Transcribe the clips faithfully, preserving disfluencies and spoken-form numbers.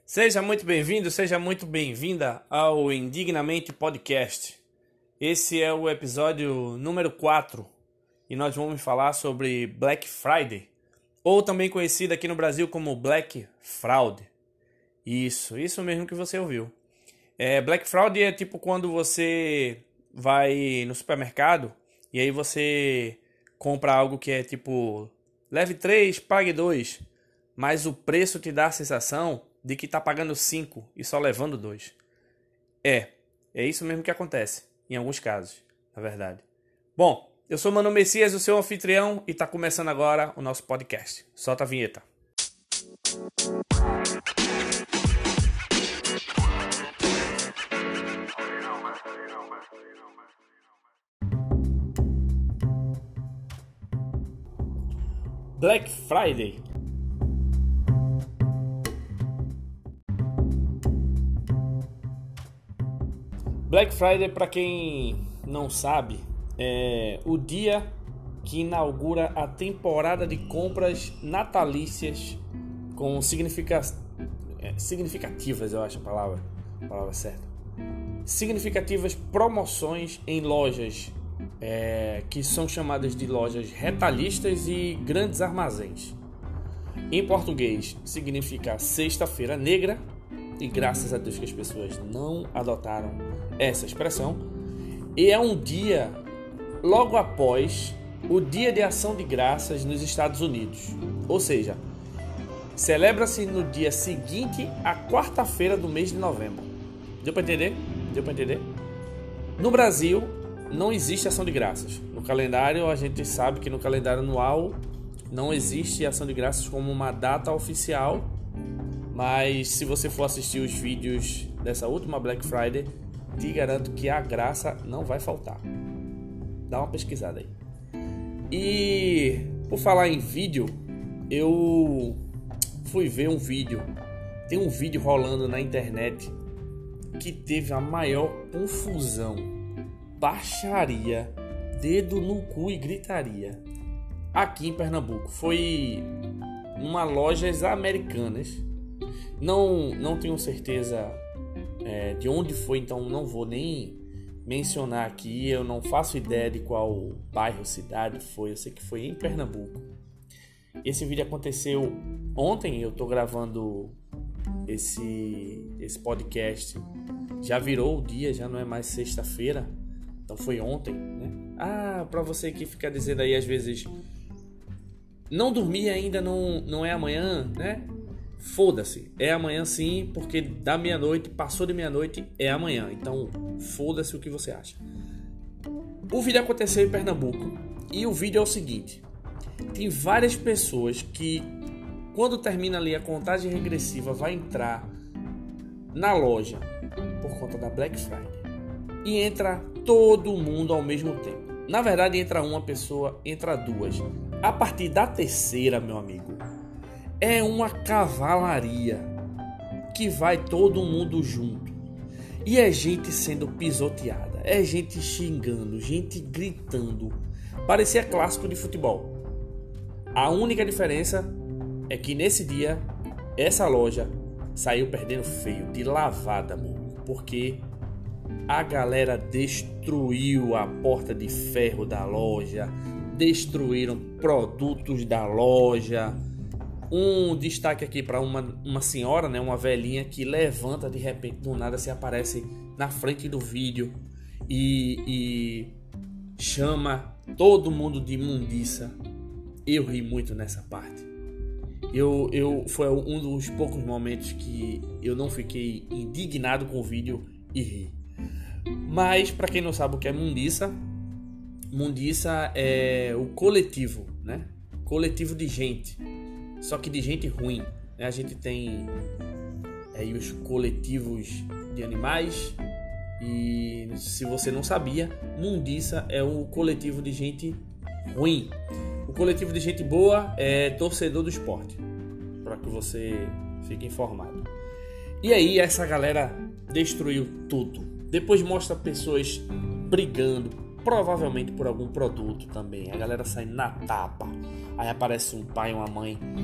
Seja muito bem-vindo, seja muito bem-vinda ao Indignamente Podcast. Esse é o episódio número quatro e nós vamos falar sobre Black Friday, ou também conhecido aqui no Brasil como Black Fraud. Isso, isso mesmo que você ouviu. É, Black Fraud é tipo quando você vai no supermercado e aí você compra algo que é tipo leve três, pague dois, mas o preço te dá a sensação de que está pagando cinco e só levando dois. É, é isso mesmo que acontece, em alguns casos, na verdade. Bom, eu sou Mano Messias, o seu anfitrião, e está começando agora o nosso podcast. Solta a vinheta. Black Friday. Black Friday, para quem não sabe, é o dia que inaugura a temporada de compras natalícias com significa... significativas, eu acho a palavra, a palavra certa. Significativas promoções em lojas é, que são chamadas de lojas retalhistas e grandes armazéns. Em português significa Sexta-feira Negra, e graças a Deus que as pessoas não adotaram essa expressão. E é um dia logo após o Dia de Ação de Graças nos Estados Unidos. Ou seja, celebra-se no dia seguinte à quarta-feira do mês de novembro. Deu para entender? Deu para entender? No Brasil não existe Ação de Graças. No calendário, a gente sabe que no calendário anual não existe Ação de Graças como uma data oficial. Mas se você for assistir os vídeos dessa última Black Friday, te garanto que a graça não vai faltar. Dá uma pesquisada aí. E por falar em vídeo, eu fui ver um vídeo. Tem um vídeo rolando na internet que teve a maior confusão, baixaria, dedo no cu e gritaria aqui em Pernambuco. Foi numa lojas americanas. Não, não tenho certeza é, de onde foi, então não vou nem mencionar aqui. Eu não faço ideia de qual bairro, cidade foi. Eu sei que foi em Pernambuco. Esse vídeo aconteceu ontem. Eu tô gravando esse, esse podcast. Já virou o dia, já não é mais sexta-feira. Então foi ontem, né? Ah, pra você que fica dizendo aí às vezes, não dormi ainda, não, não é amanhã, né? Foda-se, é amanhã sim, porque da meia-noite, passou de meia-noite, é amanhã. Então, foda-se o que você acha. O vídeo aconteceu em Pernambuco e o vídeo é o seguinte: tem várias pessoas que, quando termina ali a contagem regressiva, vai entrar na loja por conta da Black Friday e entra todo mundo ao mesmo tempo. Na verdade, entra uma pessoa, entra duas. A partir da terceira, meu amigo, é uma cavalaria que vai todo mundo junto. E é gente sendo pisoteada, é gente xingando, gente gritando. Parecia clássico de futebol. A única diferença é que nesse dia, essa loja saiu perdendo feio, de lavada, meu amigo, porque a galera destruiu a porta de ferro da loja, destruíram produtos da loja. Um destaque aqui para uma, uma senhora, né, uma velhinha que levanta de repente, do nada se aparece na frente do vídeo e, e chama todo mundo de imundiça. Eu ri muito nessa parte. Eu, eu, foi um dos poucos momentos que eu não fiquei indignado com o vídeo e ri. Mas para quem não sabe o que é mundiça, mundiça é o coletivo, né? Coletivo de gente. Só que de gente ruim, né? A gente tem aí os coletivos de animais e, se você não sabia, mundiça é o coletivo de gente ruim. O coletivo de gente boa é torcedor do esporte, para que você fique informado. E aí essa galera destruiu tudo. Depois mostra pessoas brigando, provavelmente por algum produto também. A galera sai na tapa. Aí aparece um pai e uma mãe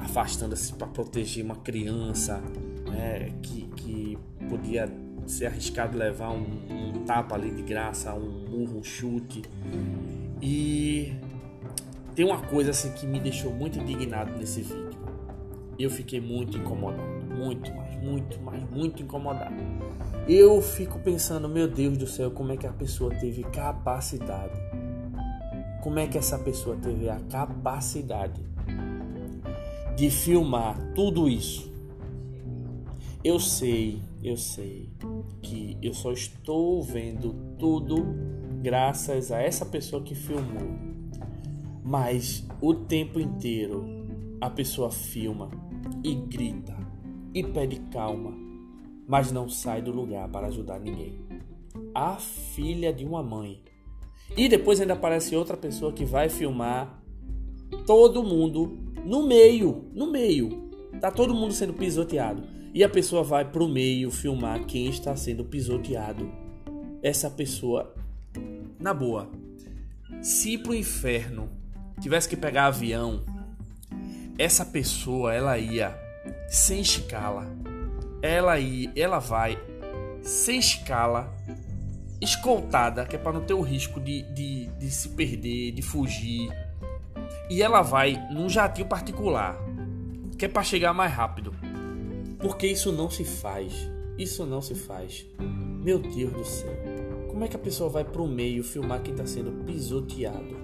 afastando assim para proteger uma criança, né, que, que podia ser arriscado levar um, um tapa ali de graça, um murro, um chute. E tem uma coisa assim que me deixou muito indignado nesse vídeo. Eu fiquei muito incomodado, muito mais, muito mais, muito incomodado. Eu fico pensando, meu Deus do céu, como é que a pessoa teve capacidade? Como é que essa pessoa teve a capacidade de filmar tudo isso? Eu sei, eu sei que eu só estou vendo tudo graças a essa pessoa que filmou. Mas o tempo inteiro a pessoa filma e grita e pede calma, mas não sai do lugar para ajudar ninguém. A filha de uma mãe. E depois ainda aparece outra pessoa que vai filmar todo mundo no meio, no meio. Tá todo mundo sendo pisoteado. E a pessoa vai pro meio filmar quem está sendo pisoteado. Essa pessoa, na boa, se pro inferno tivesse que pegar avião, essa pessoa, ela ia sem escala. Ela ia, ela vai sem escala, escoltada, que é para não ter o risco de, de, de se perder, de fugir. E ela vai num jatinho particular, que é para chegar mais rápido. Porque isso não se faz. Isso não se faz. Meu Deus do céu. Como é que a pessoa vai pro meio filmar quem tá sendo pisoteado?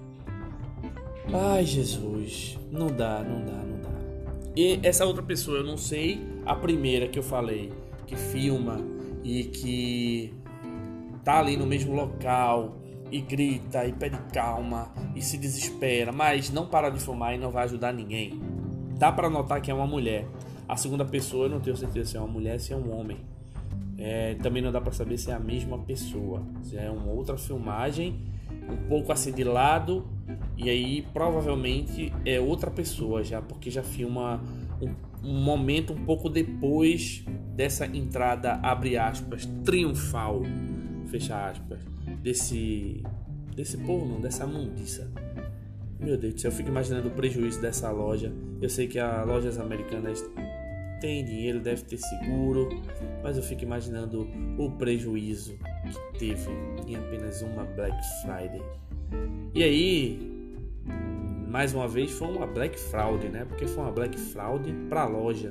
Ai, Jesus. Não dá, não dá, não dá. E essa outra pessoa, eu não sei, a primeira que eu falei, que filma e que tá ali no mesmo local e grita e pede calma e se desespera, mas não para de filmar e não vai ajudar ninguém. Dá para notar que é uma mulher. A segunda pessoa eu não tenho certeza se é uma mulher, se é um homem. É, também não dá para saber se é a mesma pessoa, se é uma outra filmagem, um pouco assim de lado, e aí provavelmente é outra pessoa já, porque já filma um, um momento um pouco depois dessa entrada, abre aspas, triunfal, fecha aspas, desse, desse povo não, dessa mundiça. Meu Deus do céu, eu fico imaginando o prejuízo dessa loja. Eu sei que as lojas americanas têm dinheiro, deve ter seguro, mas eu fico imaginando o prejuízo que teve em apenas uma Black Friday. E aí, mais uma vez, foi uma Black Fraud, né? Porque foi uma Black Fraud para a loja.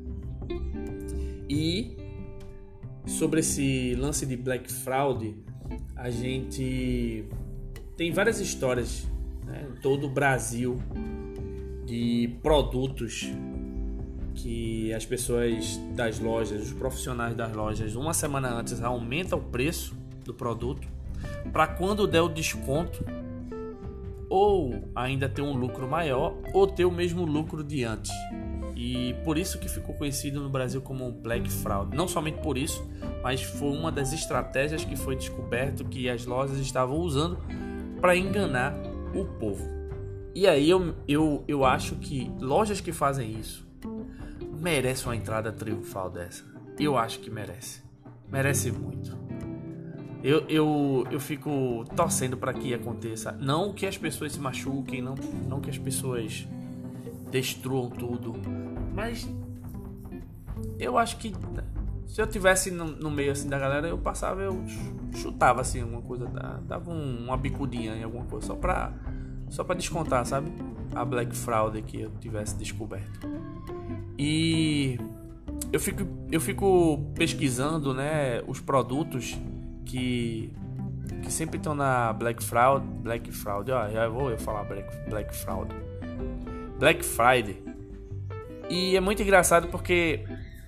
E sobre esse lance de Black Fraud, a gente tem várias histórias, né, em todo o Brasil, de produtos que as pessoas das lojas, os profissionais das lojas, uma semana antes aumentam o preço do produto para quando der o desconto ou ainda ter um lucro maior ou ter o mesmo lucro de antes. E por isso que ficou conhecido no Brasil como Black Fraud. Não somente por isso, mas foi uma das estratégias que foi descoberto que as lojas estavam usando para enganar o povo. E aí eu, eu, eu acho que lojas que fazem isso merecem uma entrada triunfal dessa. Eu acho que merece. Merece muito. Eu, eu, eu fico torcendo para que aconteça. Não que as pessoas se machuquem, não, não que as pessoas destruam tudo. Mas eu acho que se eu tivesse no, no meio assim da galera, eu passava, eu chutava assim alguma coisa, dava um, uma bicudinha em alguma coisa, só pra, só pra descontar, sabe? A Black Fraud que eu tivesse descoberto. E eu fico, eu fico pesquisando, né, os produtos que, que sempre estão na Black Fraud, Black Fraud, ó, já vou eu falar Black, Black Fraud, Black Friday. E é muito engraçado porque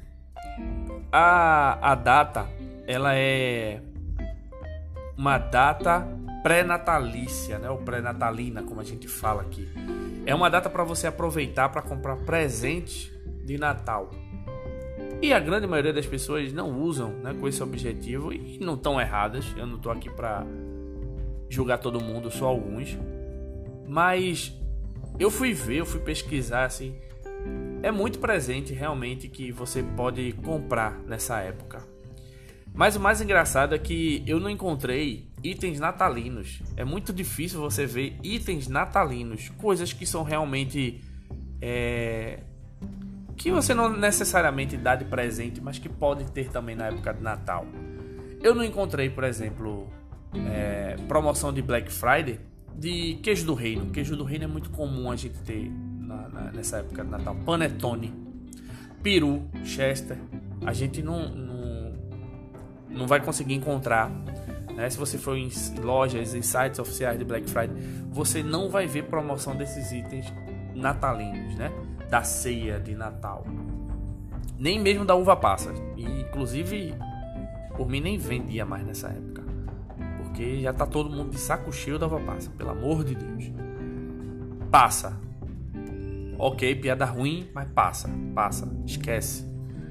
a, a data, ela é uma data pré-natalícia, né, ou pré-natalina, como a gente fala aqui. É uma data para você aproveitar para comprar presente de Natal. E a grande maioria das pessoas não usam, né, com esse objetivo, e não estão erradas. Eu não estou aqui para julgar todo mundo, só alguns. Mas eu fui ver, eu fui pesquisar assim. É muito presente realmente que você pode comprar nessa época. Mas o mais engraçado é que eu não encontrei itens natalinos. É muito difícil você ver itens natalinos, coisas que são realmente é, que você não necessariamente dá de presente, mas que pode ter também na época de Natal. Eu não encontrei, por exemplo, é, promoção de Black Friday de queijo do reino. Queijo do reino é muito comum a gente ter na, na, nessa época de Natal. Panetone, peru, Chester, a gente não, não, não vai conseguir encontrar, né? Se você for em lojas e sites oficiais de Black Friday, você não vai ver promoção desses itens natalinos, né? Da ceia de Natal, nem mesmo da uva passa. E inclusive por mim nem vendia mais nessa época, porque já tá todo mundo de saco cheio da uva passa, pelo amor de Deus. Passa, ok, piada ruim, mas passa, passa, esquece.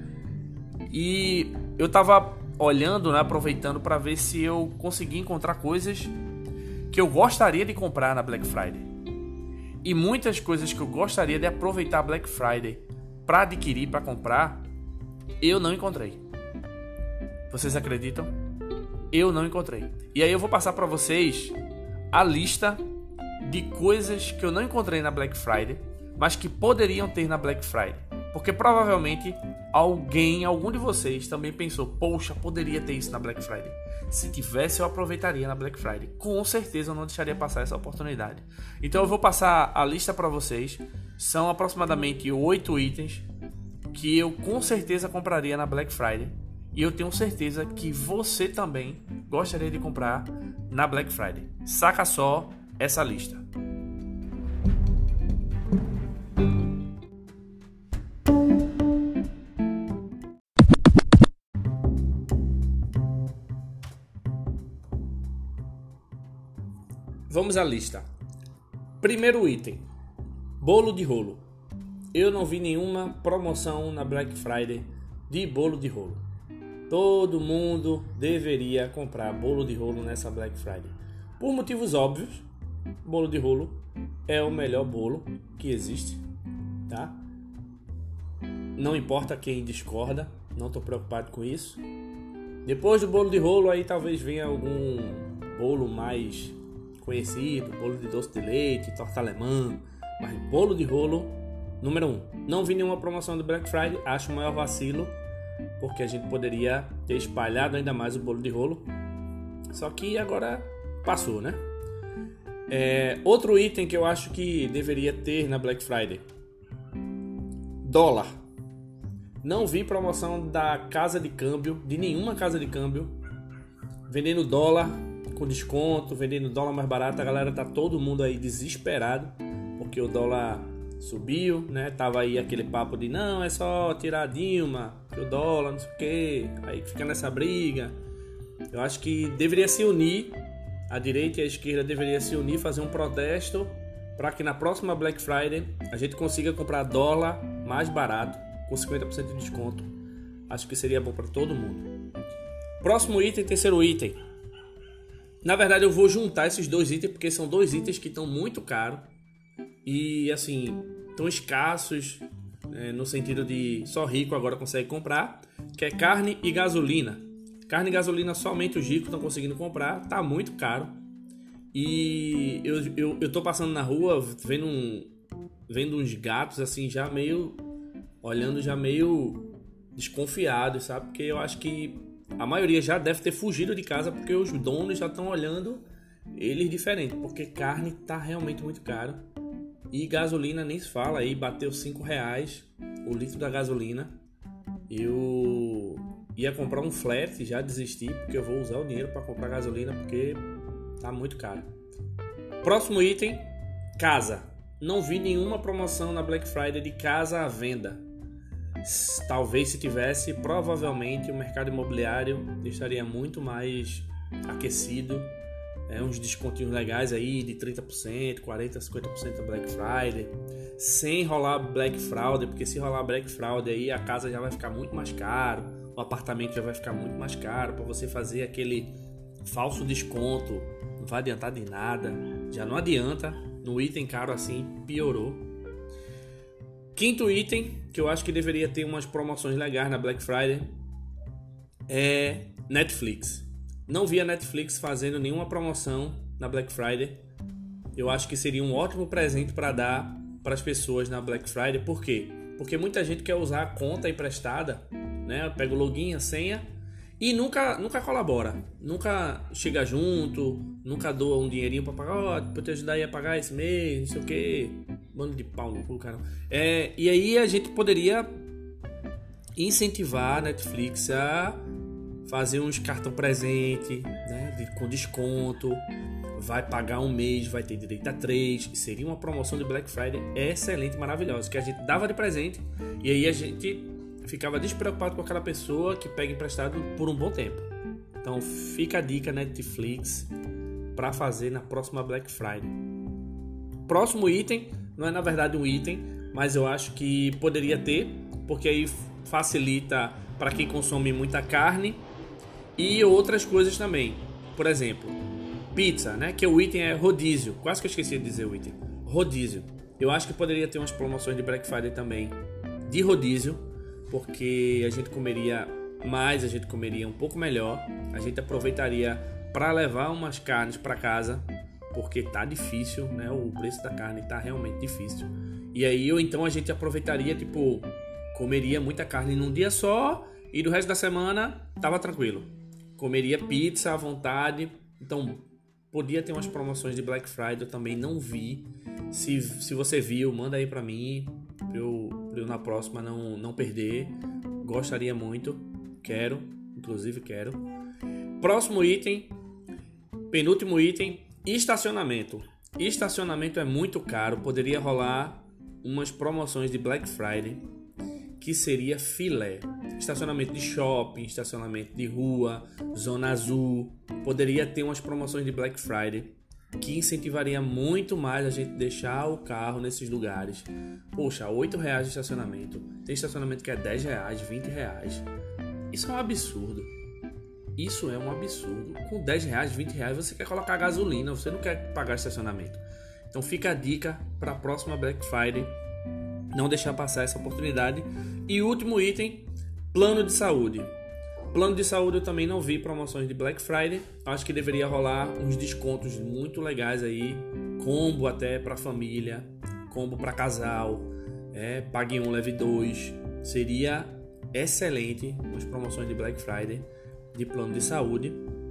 E eu tava olhando, né, aproveitando para ver se eu conseguia encontrar coisas que eu gostaria de comprar na Black Friday. E muitas coisas que eu gostaria de aproveitar a Black Friday para adquirir, para comprar, eu não encontrei. Vocês acreditam? Eu não encontrei. E aí eu vou passar para vocês a lista de coisas que eu não encontrei na Black Friday, mas que poderiam ter na Black Friday. Porque provavelmente alguém, algum de vocês também pensou, poxa, poderia ter isso na Black Friday. Se tivesse, eu aproveitaria na Black Friday. Com certeza eu não deixaria passar essa oportunidade. Então eu vou passar a lista para vocês. São aproximadamente oito itens que eu com certeza compraria na Black Friday. E eu tenho certeza que você também gostaria de comprar na Black Friday. Saca só essa lista. Vamos à lista. Primeiro item: bolo de rolo. Eu não vi nenhuma promoção na Black Friday de bolo de rolo. Todo mundo deveria comprar bolo de rolo nessa Black Friday. Por motivos óbvios, bolo de rolo é o melhor bolo que existe, tá? Não importa quem discorda, não estou preocupado com isso. Depois do bolo de rolo, aí talvez venha algum bolo mais conhecido, bolo de doce de leite, torta alemã, mas bolo de rolo, número um. Não vi nenhuma promoção do Black Friday, acho o maior vacilo, porque a gente poderia ter espalhado ainda mais o bolo de rolo, só que agora passou, né? É, outro item que eu acho que deveria ter na Black Friday: dólar. Não vi promoção da casa de câmbio, de nenhuma casa de câmbio, vendendo dólar com desconto, vendendo dólar mais barato. A galera tá todo mundo aí desesperado, porque o dólar subiu, né? Tava aí aquele papo de não, é só tirar a Dilma, que o dólar, não sei o que, aí fica nessa briga. Eu acho que deveria se unir, a direita e a esquerda deveria se unir, fazer um protesto para que na próxima Black Friday a gente consiga comprar dólar mais barato, com cinquenta por cento de desconto. Acho que seria bom para todo mundo. Próximo item, terceiro item. Na verdade eu vou juntar esses dois itens, porque são dois itens que estão muito caros e assim, tão escassos, é, no sentido de só rico agora consegue comprar, que é carne e gasolina. Carne e gasolina somente os ricos estão conseguindo comprar, tá muito caro. E eu, eu, eu tô passando na rua vendo, um, vendo uns gatos assim, já meio, olhando já meio desconfiados, sabe? Porque eu acho que a maioria já deve ter fugido de casa, porque os donos já estão olhando eles diferente, porque carne tá realmente muito caro. E gasolina nem se fala, aí bateu cinco reais o litro da gasolina. Eu ia comprar um flat, já desisti, porque eu vou usar o dinheiro para comprar gasolina, porque tá muito caro. Próximo item, casa. Não vi nenhuma promoção na Black Friday de casa à venda. Talvez se tivesse, provavelmente o mercado imobiliário estaria muito mais aquecido. É, uns descontinhos legais aí de trinta por cento, quarenta por cento, cinquenta por cento da Black Friday, sem rolar Black Fraud, porque se rolar Black Fraud aí a casa já vai ficar muito mais caro, o apartamento já vai ficar muito mais caro. Para você fazer aquele falso desconto não vai adiantar de nada, já não adianta, no item caro assim piorou. Quinto item que eu acho que deveria ter umas promoções legais na Black Friday é Netflix. Não vi a Netflix fazendo nenhuma promoção na Black Friday. Eu acho que seria um ótimo presente para dar para as pessoas na Black Friday. Por quê? Porque muita gente quer usar a conta emprestada, né? Pega o login, a senha e nunca, nunca colabora, nunca chega junto, nunca doa um dinheirinho para pagar, ó, oh, pra te ajudar aí a pagar esse mês, não sei o que, mano de pau no cu, cara. É, e aí a gente poderia incentivar a Netflix a fazer uns cartão presente, né, de, com desconto, vai pagar um mês, vai ter direito a três, seria uma promoção de Black Friday excelente, maravilhosa, que a gente dava de presente e aí a gente ficava despreocupado com aquela pessoa que pega emprestado por um bom tempo. Então fica a dica, Netflix, para fazer na próxima Black Friday. Próximo item, não é na verdade um item, mas eu acho que poderia ter, porque aí facilita para quem consome muita carne e outras coisas também. Por exemplo, pizza, né? Que o item é rodízio. Quase que eu esqueci de dizer o item. Rodízio. Eu acho que poderia ter umas promoções de Black Friday também de rodízio, porque a gente comeria mais, a gente comeria um pouco melhor, a gente aproveitaria para levar umas carnes para casa, porque tá difícil, né? O preço da carne tá realmente difícil. E aí, ou então a gente aproveitaria, tipo, comeria muita carne num dia só e do resto da semana tava tranquilo. Comeria pizza à vontade. Então, podia ter umas promoções de Black Friday, eu também não vi. Se, se você viu, manda aí pra mim, pra eu, pra eu na próxima não, não perder. Gostaria muito, quero, inclusive quero. Próximo item, penúltimo item, estacionamento. Estacionamento é muito caro, poderia rolar umas promoções de Black Friday que seria filé. Estacionamento de shopping, estacionamento de rua, zona azul. Poderia ter umas promoções de Black Friday que incentivaria muito mais a gente deixar o carro nesses lugares. Poxa, oito reais de estacionamento. Tem estacionamento que é dez reais, vinte reais. Isso é um absurdo. Isso é um absurdo. Com dez reais, vinte reais você quer colocar gasolina, você não quer pagar estacionamento. Então fica a dica para a próxima Black Friday. Não deixar passar essa oportunidade. E último item, plano de saúde. Plano de saúde eu também não vi promoções de Black Friday. Acho que deveria rolar uns descontos muito legais aí. Combo até para família, combo para casal, é, pague um, leve dois. Seria excelente as promoções de Black Friday de plano de saúde.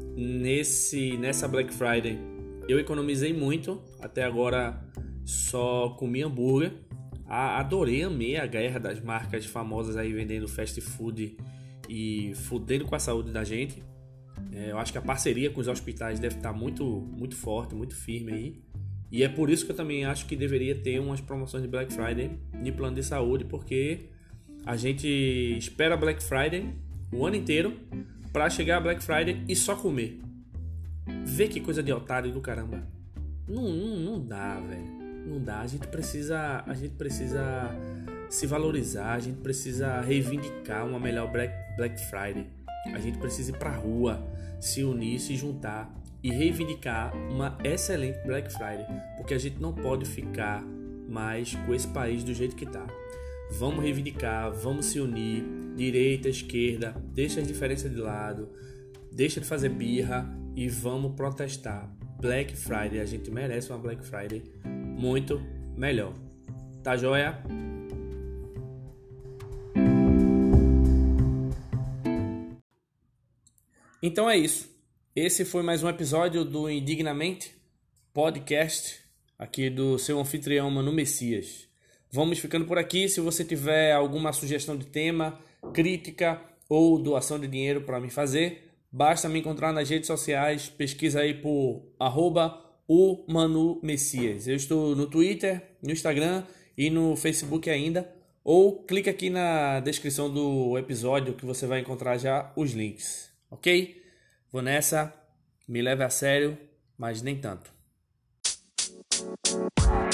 Nesse, nessa Black Friday eu economizei muito. Até agora só comi hambúrguer. Adorei, amei a guerra das marcas famosas aí vendendo fast food e fudendo com a saúde da gente. É, eu acho que a parceria com os hospitais deve estar muito, muito forte, muito firme aí. E é por isso que eu também acho que deveria ter umas promoções de Black Friday de plano de saúde, porque a gente espera Black Friday o ano inteiro para chegar a Black Friday e só comer. Vê que coisa de otário do caramba. Não, não, não dá, velho. Não dá, a gente precisa, a gente precisa se valorizar, a gente precisa reivindicar uma melhor Black, Black Friday. A gente precisa ir pra rua, se unir, se juntar e reivindicar uma excelente Black Friday, porque a gente não pode ficar mais com esse país do jeito que tá. Vamos reivindicar, vamos se unir, direita, esquerda, deixa as diferenças de lado, deixa de fazer birra e vamos protestar. Black Friday, a gente merece uma Black Friday muito melhor. Tá joia? Então é isso. Esse foi mais um episódio do Indignamente Podcast, aqui do seu anfitrião Manu Messias. Vamos ficando por aqui. Se você tiver alguma sugestão de tema, crítica ou doação de dinheiro para me fazer, basta me encontrar nas redes sociais. Pesquisa aí por arroba o Manu Messias. Eu estou no Twitter, no Instagram e no Facebook ainda. Ou clica aqui na descrição do episódio que você vai encontrar já os links. Ok? Vou nessa. Me leve a sério, mas nem tanto.